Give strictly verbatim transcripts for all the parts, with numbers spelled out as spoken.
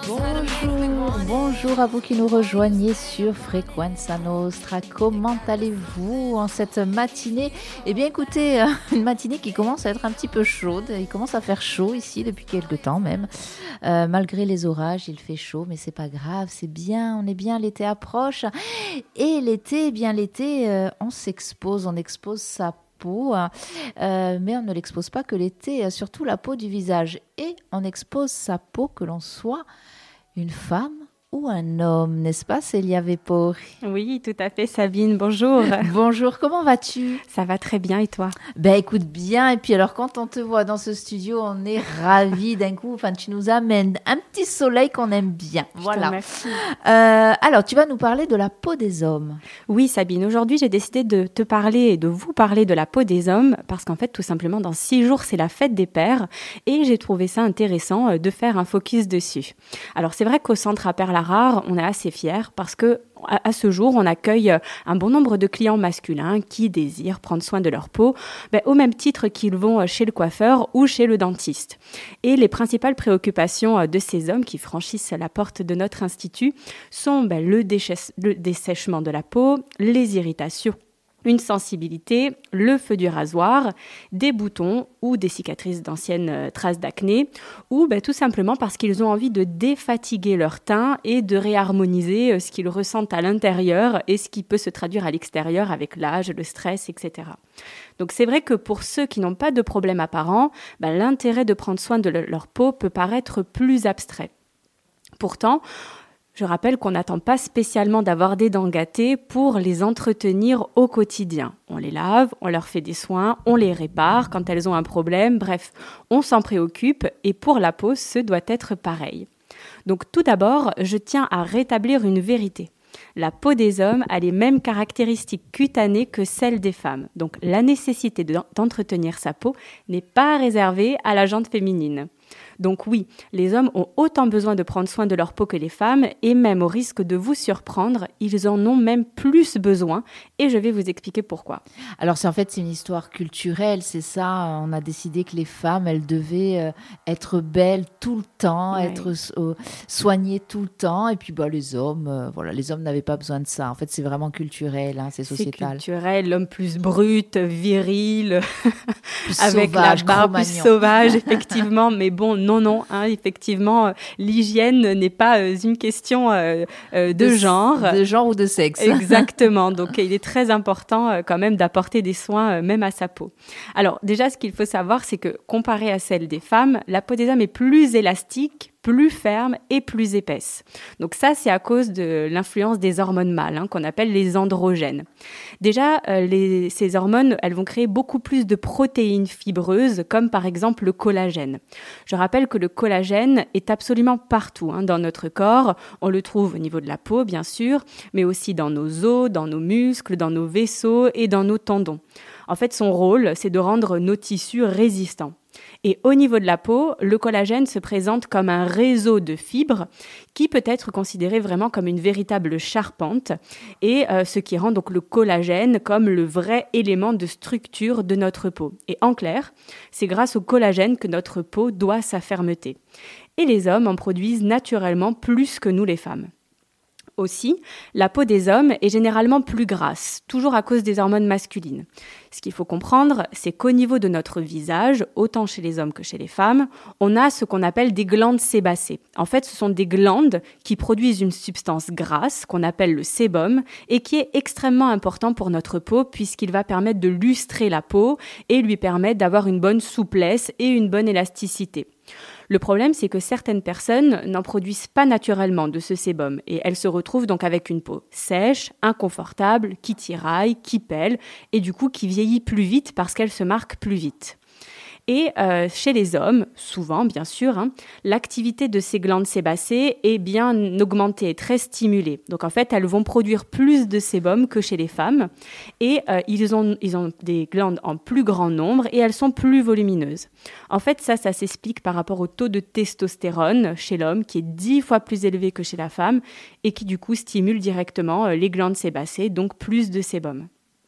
Bonjour, bonjour à vous qui nous rejoignez sur Frequenza Nostra. Comment allez-vous en cette matinée ? Eh bien écoutez, une matinée qui commence à être un petit peu chaude. Il commence à faire chaud ici depuis quelques temps même. Euh, malgré les orages, il fait chaud, mais c'est pas grave, c'est bien, on est bien, l'été approche. Et l'été, eh bien l'été, euh, on s'expose, on expose sa peau, euh, mais on ne l'expose pas que l'été, surtout la peau du visage. Et on expose sa peau, que l'on soit une femme ou un homme, n'est-ce pas Célia Vepori ? Oui, tout à fait Sabine, bonjour. Bonjour, comment vas-tu ? Ça va très bien et toi ? Ben écoute bien, et puis alors quand on te voit dans ce studio, on est ravis d'un coup, enfin tu nous amènes un petit soleil qu'on aime bien. Je voilà. te remercie. Euh, alors tu vas nous parler de la peau des hommes. Oui Sabine, aujourd'hui j'ai décidé de te parler et de vous parler de la peau des hommes parce qu'en fait tout simplement dans six jours c'est la fête des pères et j'ai trouvé ça intéressant de faire un focus dessus. Alors c'est vrai qu'au centre à Perles Rare, on est assez fiers parce que à ce jour, on accueille un bon nombre de clients masculins qui désirent prendre soin de leur peau, ben, au même titre qu'ils vont chez le coiffeur ou chez le dentiste. Et les principales préoccupations de ces hommes qui franchissent la porte de notre institut sont ben, le, déchè- le dessèchement de la peau, les irritations, une sensibilité, le feu du rasoir, des boutons ou des cicatrices d'anciennes euh, traces d'acné, ou ben, tout simplement parce qu'ils ont envie de défatiguer leur teint et de réharmoniser euh, ce qu'ils ressentent à l'intérieur et ce qui peut se traduire à l'extérieur avec l'âge, le stress, et cetera. Donc c'est vrai que pour ceux qui n'ont pas de problème apparent, ben, l'intérêt de prendre soin de le- leur peau peut paraître plus abstrait. Pourtant, je rappelle qu'on n'attend pas spécialement d'avoir des dents gâtées pour les entretenir au quotidien. On les lave, on leur fait des soins, on les répare quand elles ont un problème, bref, on s'en préoccupe et pour la peau, ce doit être pareil. Donc tout d'abord, je tiens à rétablir une vérité. La peau des hommes a les mêmes caractéristiques cutanées que celles des femmes. Donc la nécessité de- d'entretenir sa peau n'est pas réservée à la jante féminine. Donc oui, les hommes ont autant besoin de prendre soin de leur peau que les femmes et même au risque de vous surprendre, ils en ont même plus besoin et je vais vous expliquer pourquoi. Alors c'est en fait c'est une histoire culturelle, c'est ça. On a décidé que les femmes, elles devaient euh, être belles tout le temps, Ouais. être so- soignées tout le temps, et puis bah les hommes, euh, voilà, les hommes n'avaient pas besoin de ça. En fait, c'est vraiment culturel, hein, c'est C'est sociétal. culturel, l'homme plus brut, viril, Plus avec sauvage, la barbe plus Cro-Magnon. sauvage, effectivement. Mais bon, non, non, hein, effectivement, euh, l'hygiène n'est pas euh, une question euh, euh, de, De- genre. de genre ou de sexe. Exactement. Donc, il est très important euh, quand même d'apporter des soins euh, même à sa peau. Alors, déjà, ce qu'il faut savoir, c'est que comparé à celle des femmes, la peau des hommes est plus élastique, plus ferme et plus épaisse. Donc ça, c'est à cause de l'influence des hormones mâles, hein, qu'on appelle les androgènes. Déjà, euh, les, ces hormones, elles vont créer beaucoup plus de protéines fibreuses, comme par exemple le collagène. Je rappelle que le collagène est absolument partout hein, dans notre corps. On le trouve au niveau de la peau, bien sûr, mais aussi dans nos os, dans nos muscles, dans nos vaisseaux et dans nos tendons. En fait, son rôle, c'est de rendre nos tissus résistants. Et au niveau de la peau, le collagène se présente comme un réseau de fibres qui peut être considéré vraiment comme une véritable charpente et euh, ce qui rend donc le collagène comme le vrai élément de structure de notre peau. Et en clair, c'est grâce au collagène que notre peau doit sa fermeté. Et les hommes en produisent naturellement plus que nous les femmes. Aussi, la peau des hommes est généralement plus grasse, toujours à cause des hormones masculines. Ce qu'il faut comprendre, c'est qu'au niveau de notre visage, autant chez les hommes que chez les femmes, on a ce qu'on appelle des glandes sébacées. En fait, ce sont des glandes qui produisent une substance grasse qu'on appelle le sébum et qui est extrêmement important pour notre peau puisqu'il va permettre de lustrer la peau et lui permettre d'avoir une bonne souplesse et une bonne élasticité. Le problème, c'est que certaines personnes n'en produisent pas naturellement de ce sébum et elles se retrouvent donc avec une peau sèche, inconfortable, qui tiraille, qui pèle et du coup qui vieillit plus vite parce qu'elle se marque plus vite. Et euh, chez les hommes, souvent bien sûr, hein, l'activité de ces glandes sébacées est bien augmentée, très stimulée. Donc en fait, elles vont produire plus de sébum que chez les femmes et euh, ils, ont, ils ont des glandes en plus grand nombre et elles sont plus volumineuses. En fait, ça, ça s'explique par rapport au taux de testostérone chez l'homme qui est dix fois plus élevé que chez la femme et qui du coup stimule directement euh, les glandes sébacées, donc plus de sébum.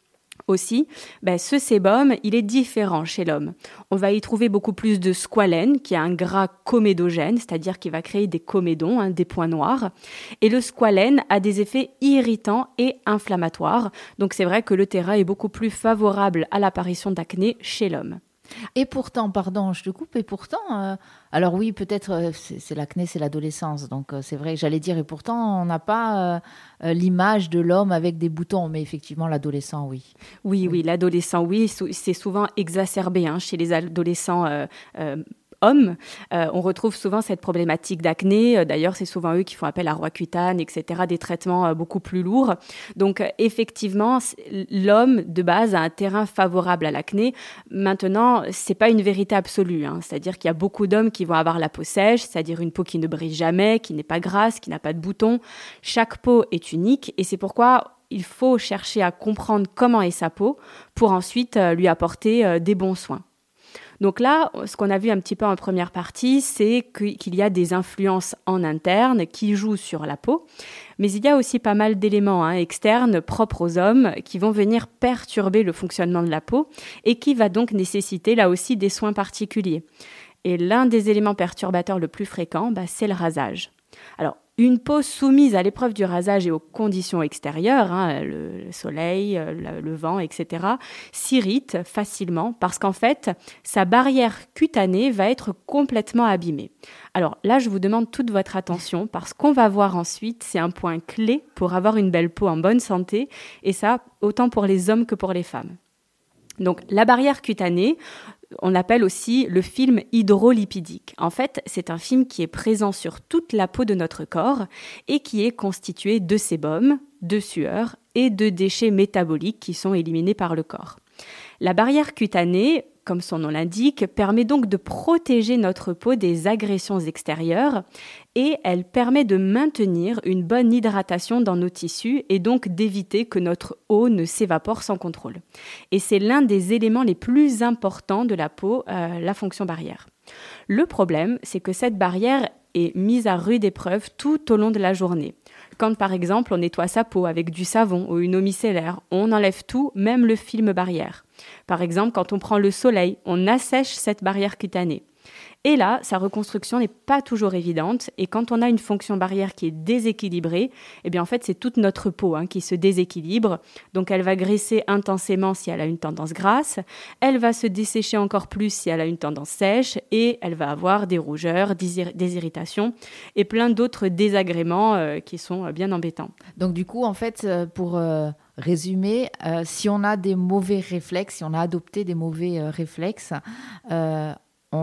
Aussi, ben, ce sébum, il est différent chez l'homme. On va y trouver beaucoup plus de squalène, qui est un gras comédogène, c'est-à-dire qui va créer des comédons, hein, des points noirs. Et le squalène a des effets irritants et inflammatoires. Donc c'est vrai que le terrain est beaucoup plus favorable à l'apparition d'acné chez l'homme. Et pourtant, pardon, je te coupe, et pourtant, euh, alors oui, peut-être euh, c'est, c'est l'acné, c'est l'adolescence, donc euh, c'est vrai, j'allais dire, et pourtant, on n'a pas euh, euh, l'image de l'homme avec des boutons, mais effectivement, l'adolescent, oui. Oui, oui, oui l'adolescent, oui, c'est souvent exacerbé hein, chez les adolescents euh, euh, hommes. Euh, on retrouve souvent cette problématique d'acné. D'ailleurs, c'est souvent eux qui font appel à Roaccutane, et cetera, des traitements euh, beaucoup plus lourds. Donc, euh, effectivement, l'homme, de base, a un terrain favorable à l'acné. Maintenant, c'est pas une vérité absolue. Hein. C'est-à-dire qu'il y a beaucoup d'hommes qui vont avoir la peau sèche, c'est-à-dire une peau qui ne brille jamais, qui n'est pas grasse, qui n'a pas de boutons. Chaque peau est unique et c'est pourquoi il faut chercher à comprendre comment est sa peau pour ensuite euh, lui apporter euh, des bons soins. Donc là, ce qu'on a vu un petit peu en première partie, c'est qu'il y a des influences en interne qui jouent sur la peau, mais il y a aussi pas mal d'éléments hein, externes propres aux hommes qui vont venir perturber le fonctionnement de la peau et qui va donc nécessiter là aussi des soins particuliers. Et l'un des éléments perturbateurs le plus fréquent, bah, c'est le rasage. Alors, une peau soumise à l'épreuve du rasage et aux conditions extérieures, hein, le soleil, le, le vent, et cetera, s'irrite facilement parce qu'en fait, sa barrière cutanée va être complètement abîmée. Alors là, je vous demande toute votre attention parce qu'on va voir ensuite, c'est un point clé pour avoir une belle peau en bonne santé et ça, autant pour les hommes que pour les femmes. Donc, la barrière cutanée, on l'appelle aussi le film hydrolipidique. En fait, c'est un film qui est présent sur toute la peau de notre corps et qui est constitué de sébum, de sueur et de déchets métaboliques qui sont éliminés par le corps. La barrière cutanée, comme son nom l'indique, permet donc de protéger notre peau des agressions extérieures et elle permet de maintenir une bonne hydratation dans nos tissus et donc d'éviter que notre eau ne s'évapore sans contrôle. Et c'est l'un des éléments les plus importants de la peau, euh, la fonction barrière. Le problème, c'est que cette barrière est mise à rude épreuve tout au long de la journée. Quand par exemple on nettoie sa peau avec du savon ou une eau micellaire, on enlève tout, même le film barrière. Par exemple, quand on prend le soleil, on assèche cette barrière cutanée. Et là, sa reconstruction n'est pas toujours évidente et quand on a une fonction barrière qui est déséquilibrée, eh bien en fait c'est toute notre peau hein, qui se déséquilibre. Donc elle va graisser intensément si elle a une tendance grasse, elle va se dessécher encore plus si elle a une tendance sèche et elle va avoir des rougeurs, des, ir- des irritations et plein d'autres désagréments euh, qui sont euh, bien embêtants. Donc du coup en fait pour euh, résumer, euh, si on a des mauvais réflexes, si on a adopté des mauvais euh, réflexes, euh,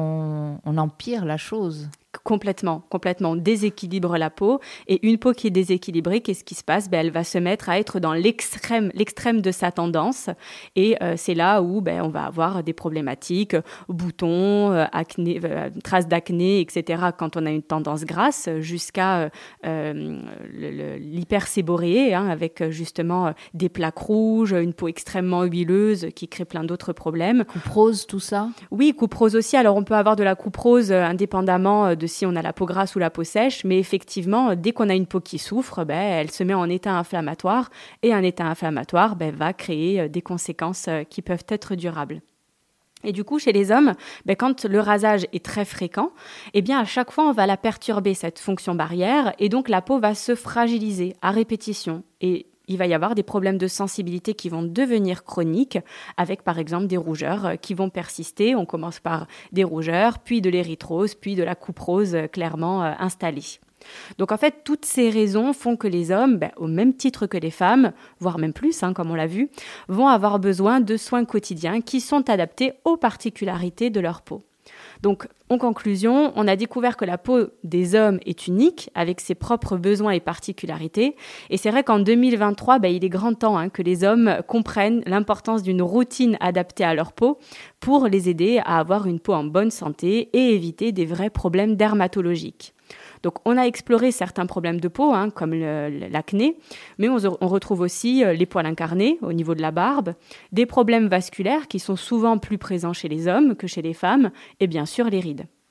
On, on empire la chose. Complètement, complètement. On déséquilibre la peau. Et une peau qui est déséquilibrée, qu'est-ce qui se passe ? Ben, elle va se mettre à être dans l'extrême, l'extrême de sa tendance. Et euh, c'est là où ben, on va avoir des problématiques, boutons, euh, acné, euh, traces d'acné, et cetera. Quand on a une tendance grasse, jusqu'à euh, le, le, l'hyperséboréé, hein, avec justement des plaques rouges, une peau extrêmement huileuse qui crée plein d'autres problèmes. Couperose, tout ça ? Oui, couperose aussi. Alors, on peut avoir de la couperose euh, indépendamment de si on a la peau grasse ou la peau sèche, mais effectivement, dès qu'on a une peau qui souffre, ben, elle se met en état inflammatoire et un état inflammatoire ben, va créer des conséquences qui peuvent être durables. Et du coup, chez les hommes, ben, quand le rasage est très fréquent, eh bien, à chaque fois, on va la perturber, cette fonction barrière, et donc la peau va se fragiliser à répétition. Et il va y avoir des problèmes de sensibilité qui vont devenir chroniques, avec par exemple des rougeurs qui vont persister. On commence par des rougeurs, puis de l'érythrose, puis de la couperose clairement euh, installée. Donc en fait, toutes ces raisons font que les hommes, ben, au même titre que les femmes, voire même plus, hein, comme on l'a vu, vont avoir besoin de soins quotidiens qui sont adaptés aux particularités de leur peau. Donc, en conclusion, on a découvert que la peau des hommes est unique, avec ses propres besoins et particularités. Et c'est vrai qu'en deux mille vingt-trois, ben, il est grand temps hein, que les hommes comprennent l'importance d'une routine adaptée à leur peau pour les aider à avoir une peau en bonne santé et éviter des vrais problèmes dermatologiques. Donc, on a exploré certains problèmes de peau, hein, comme le, l'acné, mais on, on retrouve aussi les poils incarnés au niveau de la barbe, des problèmes vasculaires qui sont souvent plus présents chez les hommes que chez les femmes, et bien sûr les rides.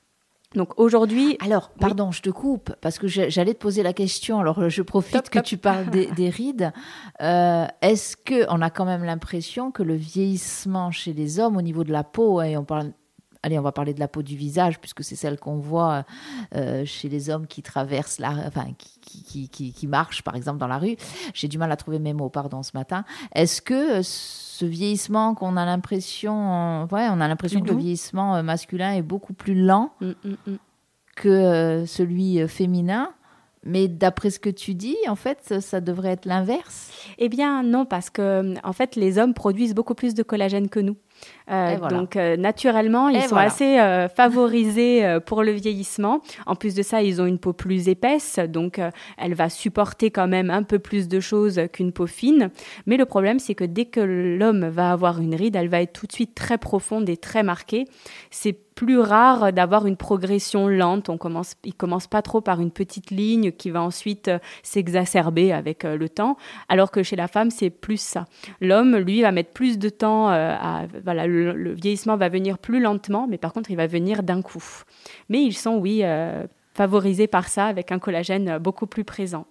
Donc aujourd'hui... Alors, pardon, oui. je te coupe, parce que j'allais te poser la question. Alors, je profite top, que top. Tu parles des, des rides. Euh, est-ce qu'on a quand même l'impression que le vieillissement chez les hommes au niveau de la peau, et on parle... Allez, on va parler de la peau du visage, puisque c'est celle qu'on voit euh, chez les hommes qui traversent la, enfin, qui, qui, qui, qui marchent, par exemple, dans la rue. J'ai du mal à trouver mes mots, pardon, ce matin. Est-ce que ce vieillissement qu'on a l'impression, ouais, on a l'impression que le vieillissement masculin est beaucoup plus lent mm, mm, mm. que euh, celui féminin? Mais d'après ce que tu dis, en fait, ça devrait être l'inverse. Eh bien, non, parce que, en fait, les hommes produisent beaucoup plus de collagène que nous. Euh, voilà. Donc, euh, naturellement, ils Et sont voilà. assez euh, favorisés euh, pour le vieillissement. En plus de ça, ils ont une peau plus épaisse, donc euh, elle va supporter quand même un peu plus de choses qu'une peau fine. Mais le problème, c'est que dès que l'homme va avoir une ride, elle va être tout de suite très profonde et très marquée. C'est plus rare d'avoir une progression lente. On commence, il commence pas trop par une petite ligne qui va ensuite euh, s'exacerber avec euh, le temps, alors que chez la femme, c'est plus ça. L'homme, lui, va mettre plus de temps euh, à... Voilà, le, le vieillissement va venir plus lentement, mais par contre, il va venir d'un coup. Mais ils sont, oui, euh, favorisés par ça, avec un collagène beaucoup plus présent.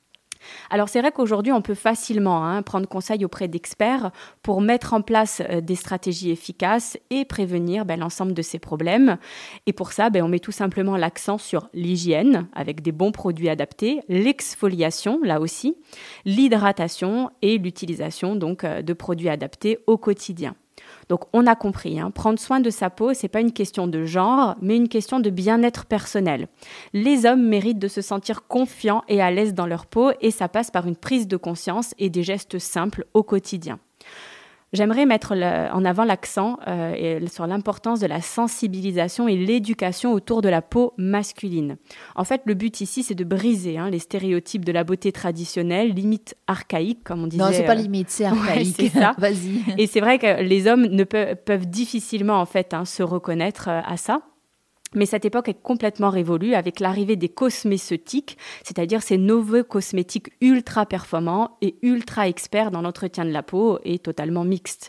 Alors, c'est vrai qu'aujourd'hui, on peut facilement hein, prendre conseil auprès d'experts pour mettre en place euh, des stratégies efficaces et prévenir ben, l'ensemble de ces problèmes. Et pour ça, ben, on met tout simplement l'accent sur l'hygiène, avec des bons produits adaptés, l'exfoliation, là aussi, l'hydratation et l'utilisation donc, euh, de produits adaptés au quotidien. Donc, on a compris, hein, prendre soin de sa peau, c'est pas une question de genre, mais une question de bien-être personnel. Les hommes méritent de se sentir confiants et à l'aise dans leur peau, et ça passe par une prise de conscience et des gestes simples au quotidien. J'aimerais mettre le, en avant l'accent euh, et, sur l'importance de la sensibilisation et l'éducation autour de la peau masculine. En fait, le but ici, c'est de briser hein, les stéréotypes de la beauté traditionnelle, limite archaïque, comme on disait. Non, c'est pas limite, c'est archaïque. Ouais, c'est ça. Vas-y. Et c'est vrai que les hommes ne peuvent, peuvent difficilement en fait hein, se reconnaître euh, à ça. Mais cette époque est complètement révolue avec l'arrivée des cosméceutiques, c'est-à-dire ces nouveaux cosmétiques ultra performants et ultra experts dans l'entretien de la peau et totalement mixtes.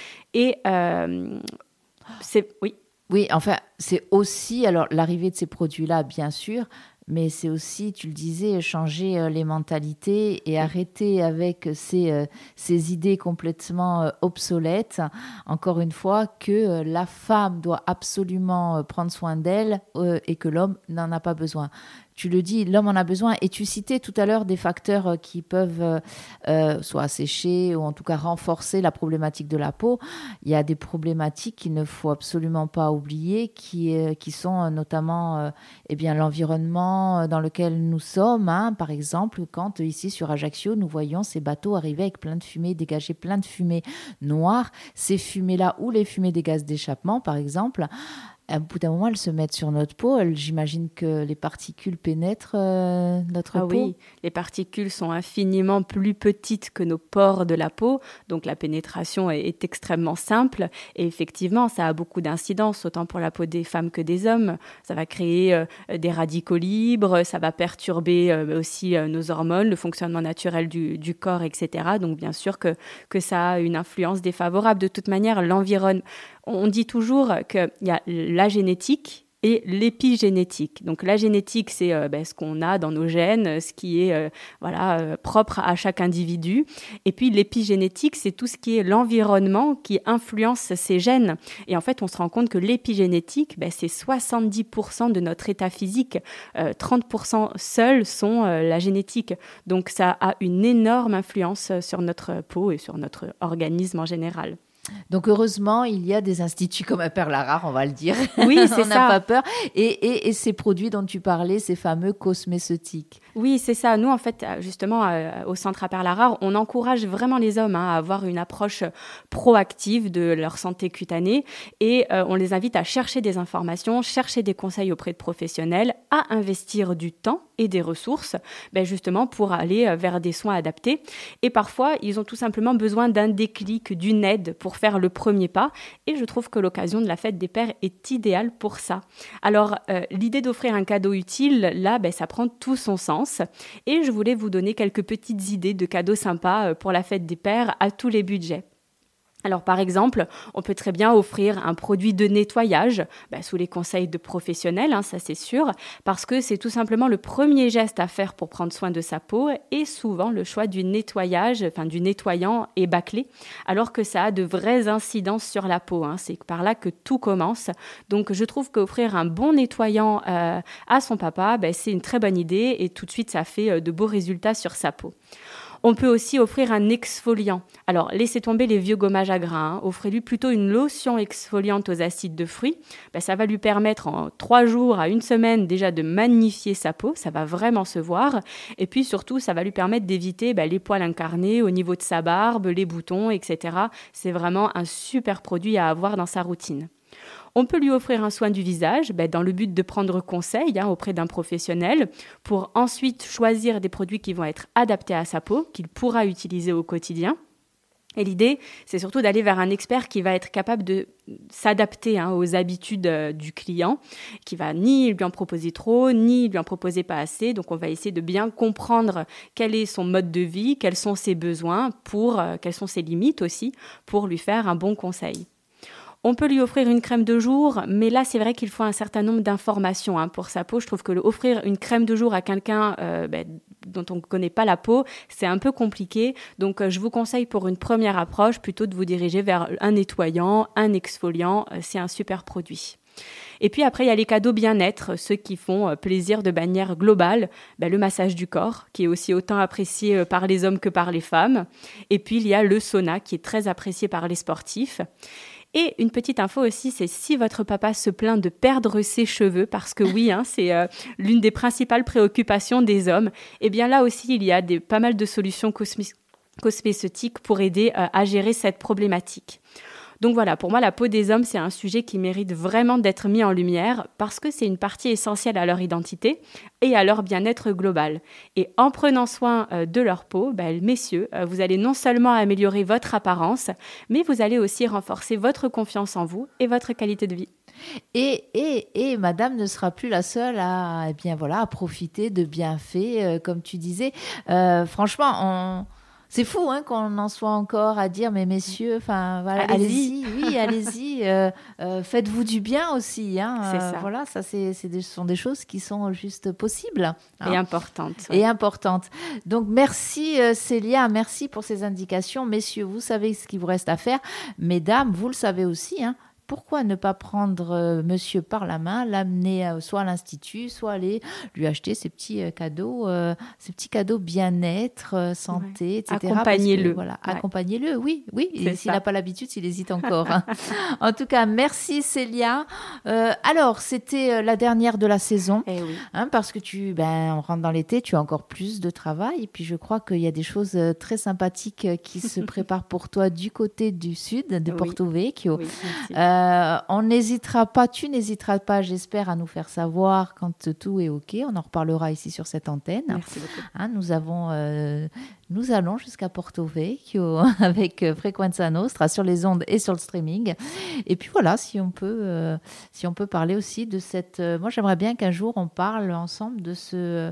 Et euh, c'est... Oui. Oui, enfin, c'est aussi, alors l'arrivée de ces produits-là, bien sûr, mais c'est aussi, tu le disais, changer euh, les mentalités et arrêter avec ces, euh, ces idées complètement euh, obsolètes, encore une fois, que euh, la femme doit absolument euh, prendre soin d'elle euh, et que l'homme n'en a pas besoin. Tu le dis, l'homme en a besoin. Et tu citais tout à l'heure des facteurs qui peuvent euh, soit assécher ou en tout cas renforcer la problématique de la peau. Il y a des problématiques qu'il ne faut absolument pas oublier, qui, euh, qui sont notamment euh, eh bien, l'environnement dans lequel nous sommes. Hein. Par exemple, quand ici sur Ajaccio, nous voyons ces bateaux arriver avec plein de fumée, dégager plein de fumée noire. Ces fumées-là ou les fumées des gaz d'échappement, par exemple, à bout d'un moment, elles se mettent sur notre peau. Elles, j'imagine que les particules pénètrent euh, notre ah peau. Oui, les particules sont infiniment plus petites que nos pores de la peau. Donc, la pénétration est, est extrêmement simple. Et effectivement, ça a beaucoup d'incidences, autant pour la peau des femmes que des hommes. Ça va créer euh, des radicaux libres, ça va perturber euh, aussi euh, nos hormones, le fonctionnement naturel du, du corps, et cetera. Donc, bien sûr que, que ça a une influence défavorable. De toute manière, l'environnement... On dit toujours qu'il y a la génétique et l'épigénétique. Donc la génétique, c'est euh, ben, ce qu'on a dans nos gènes, ce qui est euh, voilà, euh, propre à chaque individu. Et puis l'épigénétique, c'est tout ce qui est l'environnement qui influence ces gènes. Et en fait, on se rend compte que l'épigénétique, ben, c'est soixante-dix pour cent de notre état physique. Euh, trente pour cent seuls sont euh, la génétique. Donc ça a une énorme influence sur notre peau et sur notre organisme en général. Donc heureusement, il y a des instituts comme à Perlarare, on va le dire. Oui, c'est ça. On n'a pas peur. Et, et, et ces produits dont tu parlais, ces fameux cosméceutiques. Oui, c'est ça. Nous, en fait, justement, euh, au centre à Perlarare, on encourage vraiment les hommes hein, à avoir une approche proactive de leur santé cutanée et euh, on les invite à chercher des informations, chercher des conseils auprès de professionnels, à investir du temps et des ressources, ben justement pour aller vers des soins adaptés. Et parfois, ils ont tout simplement besoin d'un déclic, d'une aide pour faire le premier pas. Et je trouve que l'occasion de la fête des pères est idéale pour ça. Alors, euh, l'idée d'offrir un cadeau utile, là, ben, ça prend tout son sens. Et je voulais vous donner quelques petites idées de cadeaux sympas pour la fête des pères à tous les budgets. Alors, par exemple, on peut très bien offrir un produit de nettoyage, bah, sous les conseils de professionnels, hein, ça c'est sûr, parce que c'est tout simplement le premier geste à faire pour prendre soin de sa peau et souvent le choix du nettoyage, enfin du nettoyant est bâclé, alors que ça a de vraies incidences sur la peau. Hein. C'est par là que tout commence. Donc, je trouve qu'offrir un bon nettoyant euh, à son papa, bah, c'est une très bonne idée et tout de suite, ça fait euh, de beaux résultats sur sa peau. On peut aussi offrir un exfoliant. Alors, laissez tomber les vieux gommages à grains. Hein. Offrez-lui plutôt une lotion exfoliante aux acides de fruits. Ben, ça va lui permettre en trois jours à une semaine déjà de magnifier sa peau. Ça va vraiment se voir. Et puis surtout, ça va lui permettre d'éviter ben, les poils incarnés au niveau de sa barbe, les boutons, et cetera. C'est vraiment un super produit à avoir dans sa routine. On peut lui offrir un soin du visage ben, dans le but de prendre conseil hein, auprès d'un professionnel pour ensuite choisir des produits qui vont être adaptés à sa peau, qu'il pourra utiliser au quotidien. Et l'idée, c'est surtout d'aller vers un expert qui va être capable de s'adapter hein, aux habitudes euh, du client, qui va ni lui en proposer trop, ni lui en proposer pas assez. Donc, on va essayer de bien comprendre quel est son mode de vie, quels sont ses besoins, pour, euh, quelles sont ses limites aussi, pour lui faire un bon conseil. On peut lui offrir une crème de jour, mais là, c'est vrai qu'il faut un certain nombre d'informations hein, pour sa peau. Je trouve que offrir une crème de jour à quelqu'un euh, ben, dont on ne connaît pas la peau, c'est un peu compliqué. Donc, euh, je vous conseille pour une première approche plutôt de vous diriger vers un nettoyant, un exfoliant. Euh, c'est un super produit. Et puis après, il y a les cadeaux bien-être, ceux qui font plaisir de manière globale. Ben, le massage du corps, qui est aussi autant apprécié par les hommes que par les femmes. Et puis, il y a le sauna, qui est très apprécié par les sportifs. Et une petite info aussi, c'est si votre papa se plaint de perdre ses cheveux, parce que oui, hein, c'est euh, l'une des principales préoccupations des hommes, eh bien là aussi, il y a des, pas mal de solutions cosmi- cosmétiques pour aider euh, à gérer cette problématique. Donc voilà, pour moi, la peau des hommes, c'est un sujet qui mérite vraiment d'être mis en lumière parce que c'est une partie essentielle à leur identité et à leur bien-être global. Et en prenant soin euh, de leur peau, ben, messieurs, euh, vous allez non seulement améliorer votre apparence, mais vous allez aussi renforcer votre confiance en vous et votre qualité de vie. Et, et, et madame ne sera plus la seule à, eh bien, voilà, à profiter de bienfaits, euh, comme tu disais. Euh, franchement, on... c'est fou hein, qu'on en soit encore à dire, mais messieurs, enfin voilà, allez-y. allez-y, oui, allez-y, euh, euh, faites-vous du bien aussi. Hein, c'est euh, ça. Voilà, ça, c'est, c'est des, ce sont des choses qui sont juste possibles. Hein. Et importantes. Ouais. Et importantes. Donc, merci euh, Célia, merci pour ces indications. Messieurs, vous savez ce qu'il vous reste à faire. Mesdames, vous le savez aussi, hein. Pourquoi ne pas prendre euh, monsieur par la main, l'amener euh, soit à l'institut, soit aller lui acheter ses petits euh, cadeaux, euh, ses petits cadeaux bien-être, euh, santé, ouais. et cetera. Accompagnez-le. Que, voilà, ouais. Accompagnez-le, oui, oui. Et s'il n'a pas l'habitude, s'il hésite encore. Hein. En tout cas, merci Célia. Euh, alors, c'était la dernière de la saison, eh oui. hein, parce que tu, ben, on rentre dans l'été, tu as encore plus de travail. Et puis, je crois qu'il y a des choses très sympathiques qui se préparent pour toi du côté du sud, de oui. Porto Vecchio. Oui, euh, Euh, on n'hésitera pas, tu n'hésiteras pas, j'espère, à nous faire savoir quand tout est OK. On en reparlera ici sur cette antenne. Merci beaucoup. Hein, nous, avons, euh, nous allons jusqu'à Porto Vecchio avec euh, Frequenza Nostra sur les ondes et sur le streaming. Et puis voilà, si on peut, euh, si on peut parler aussi de cette... Euh, moi, j'aimerais bien qu'un jour, on parle ensemble de ce...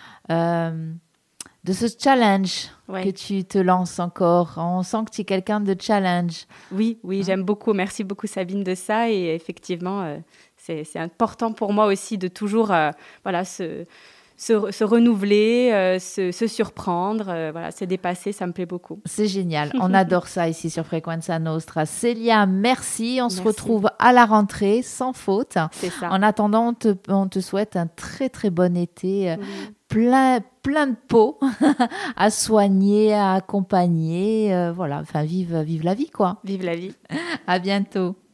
Euh, de ce challenge ouais. que tu te lances encore. On sent que tu es quelqu'un de challenge. Oui, oui, hein? J'aime beaucoup. Merci beaucoup Sabine de ça. Et effectivement, euh, c'est, c'est important pour moi aussi de toujours euh, voilà, se, se, se renouveler, euh, se, se surprendre, euh, voilà, se dépasser. Ça me plaît beaucoup. C'est génial. On adore ça ici sur Frequenza Nostra. Célia, merci. On merci. se retrouve à la rentrée sans faute. C'est ça. En attendant, on te, on te souhaite un très, très bon été. Oui. Plein, plein de peau à soigner, à accompagner. Euh, voilà, enfin, vive, vive la vie, quoi. Vive la vie. À bientôt.